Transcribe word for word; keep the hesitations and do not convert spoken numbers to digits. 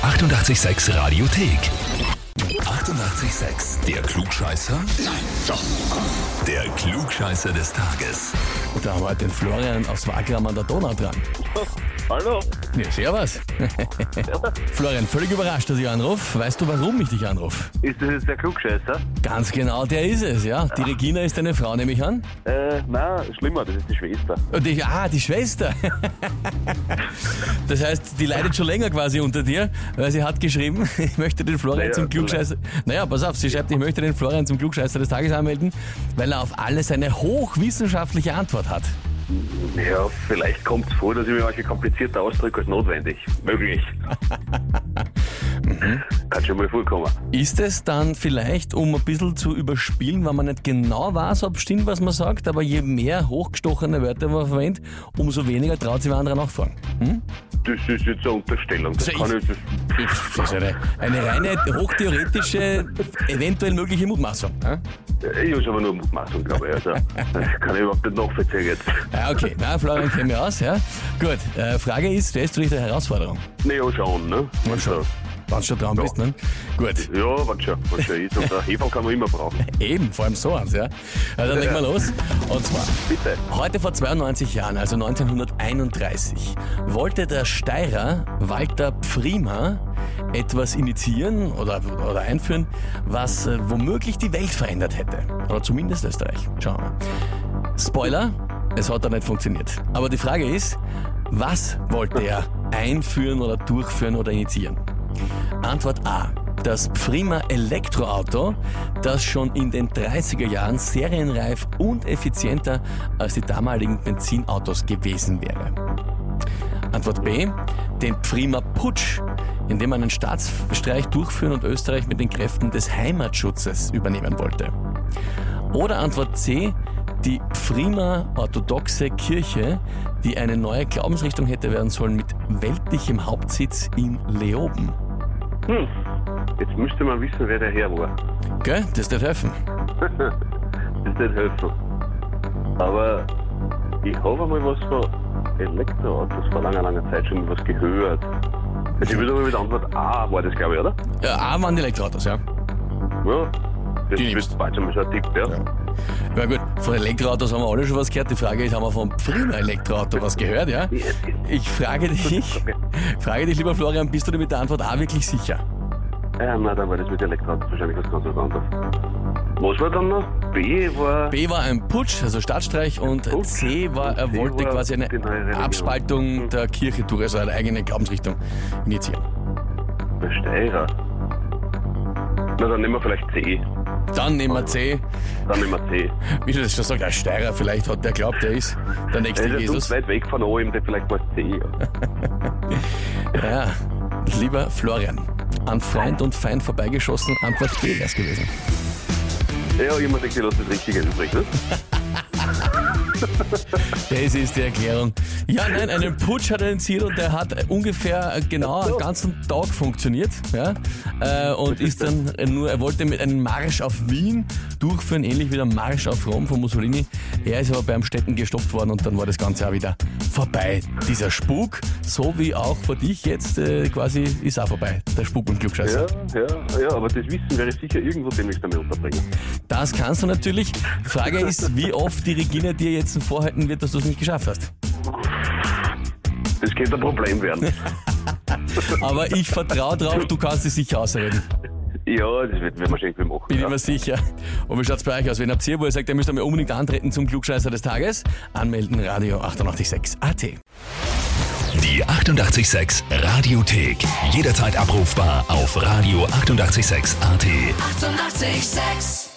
achtundachtzig Komma sechs Radiothek. achtundachtzig Komma sechs. Der Klugscheißer? Nein, doch. Der Klugscheißer des Tages. Und da haben wir den Florian aus Wagram an der Donau dran. Hallo. Ja, servus. Florian, völlig überrascht, dass ich anrufe. Weißt du, warum ich dich anrufe? Ist das jetzt der Klugscheißer? Ganz genau, der ist es, ja. Die Regina ist deine Frau, nehme ich an. Äh, nein, schlimmer, das ist die Schwester. Und ich, ah, die Schwester. Das heißt, die leidet schon länger quasi unter dir, weil sie hat geschrieben, ich möchte den Florian Naja, zum Klugscheißer... Naja, pass auf, sie schreibt, ich möchte den Florian zum Klugscheißer des Tages anmelden, weil er auf alles eine hochwissenschaftliche Antwort hat. Ja, vielleicht kommt es vor, dass ich mir manche komplizierter ausdrücke als notwendig. Möglich. Mhm. Kann schon mal vorkommen. Ist es dann vielleicht, um ein bisschen zu überspielen, wenn man nicht genau weiß, ob stimmt, was man sagt, aber je mehr hochgestochene Wörter man verwendet, umso weniger traut sich wer andere nachfragen? Hm? Das ist jetzt eine Unterstellung. Das, So, kann ich, das, Das ist eine, eine reine hochtheoretische, eventuell mögliche Mutmaßung. Hm? ich habe aber nur Mutmaßung, glaube ich. Also, das kann ich überhaupt nicht nachvollziehen jetzt. Ja, okay. Na, Florian, kennen wir aus, ja? Gut, äh, Frage ist, stellst du dich der Herausforderung? Naja, schon, ne? Mal schauen. Wenn du schon dran bist, ne? Gut. Ja, wenn schon, wenn schon ist. Und der Hefe kann man immer brauchen. Eben, vor allem so eins, ja. Also dann legen wir los. Und zwar, Bitte. heute vor zweiundneunzig Jahren, also neunzehnhunderteinunddreißig, wollte der Steirer Walter Pfriemer etwas initiieren oder, oder einführen, was äh, womöglich die Welt verändert hätte. Oder zumindest Österreich. Schauen wir mal. Spoiler, es hat da nicht funktioniert. Aber die Frage ist, was wollte er einführen oder durchführen oder initiieren? Antwort A. Das Pfriemer Elektroauto, das schon in den dreißiger Jahren serienreif und effizienter als die damaligen Benzinautos gewesen wäre. Antwort B. Den Pfriemer Putsch, indem man einen Staatsstreich durchführen und Österreich mit den Kräften des Heimatschutzes übernehmen wollte. Oder Antwort C. Die Pfriemer orthodoxe Kirche, die eine neue Glaubensrichtung hätte werden sollen mit weltlichem Hauptsitz in Leoben. Hm. Jetzt müsste man wissen, wer der Herr war. Gell? Das wird helfen. Das wird helfen. Aber ich habe einmal was von Elektroautos vor langer, langer Zeit schon was gehört. Also ich würde aber mit der Antwort A war das, glaube ich, oder? Ja, A waren die Elektroautos, ja. Ja. Das Die wird bald schon mal so ein Tipp, ja. Ja. Ja gut, von Elektroautos haben wir alle schon was gehört. Die Frage ist, haben wir vom Pfriemer Elektroauto was gehört, ja? Ich frage dich, frage dich, lieber Florian, bist du dir mit der Antwort A wirklich sicher? Ja, na, dann war das mit Elektroautos wahrscheinlich was ganz was anderes. Was war dann noch? B war... B war ein Putsch, also Staatsstreich, und Putsch. C war, er C wollte war quasi eine die neue Religion. Abspaltung Hm. der Kirche durch, also eine eigene Glaubensrichtung initiieren. Der Steirer. Na, dann nehmen wir vielleicht C. Dann nehmen wir C. Dann nehmen wir C. Wie du das schon sagst, ein Steirer, vielleicht hat der glaubt, der ist der nächste Der ist Jesus. so weit weg von allem, der vielleicht mal C. Ja, lieber Florian, an Freund und Feind vorbeigeschossen, Antwort B wär's gewesen. Ja, jemand denkt, ich lasse das Richtige übrig, ne? Das ist die Erklärung. Ja, nein, einen Putsch hat er initiiert und der hat ungefähr genau einen ganzen Tag funktioniert. Ja, äh, und ist dann nur, er wollte mit einem Marsch auf Wien durchführen, ähnlich wie der Marsch auf Rom von Mussolini. Er ist aber beim Städten gestoppt worden und dann war das Ganze auch wieder vorbei. Dieser Spuk, so wie auch für dich jetzt äh, quasi, ist auch vorbei. Der Spuk und Klugscheißer. Ja, ja, ja, aber das Wissen werde ich sicher irgendwo demnächst einmal unterbringen. Das kannst du natürlich. Die Frage ist, wie oft die Regina dir jetzt vorhalten wird, dass du es nicht geschafft hast. Das könnte ein Problem werden. Aber ich vertraue drauf, du kannst es sicher ausreden. Ja, das wird wir wahrscheinlich machen. Bin ich ja. mir sicher. Und wie schaut's bei euch aus? Wenn habt ihr, wo ihr sagt, ihr müsst einmal unbedingt antreten zum Klugscheißer des Tages, anmelden, Radio achtundachtzig Komma sechs A T. Die achtundachtzig Komma sechs Radiothek. Jederzeit abrufbar auf Radio achtundachtzig Komma sechs A T. achtundachtzig Komma sechs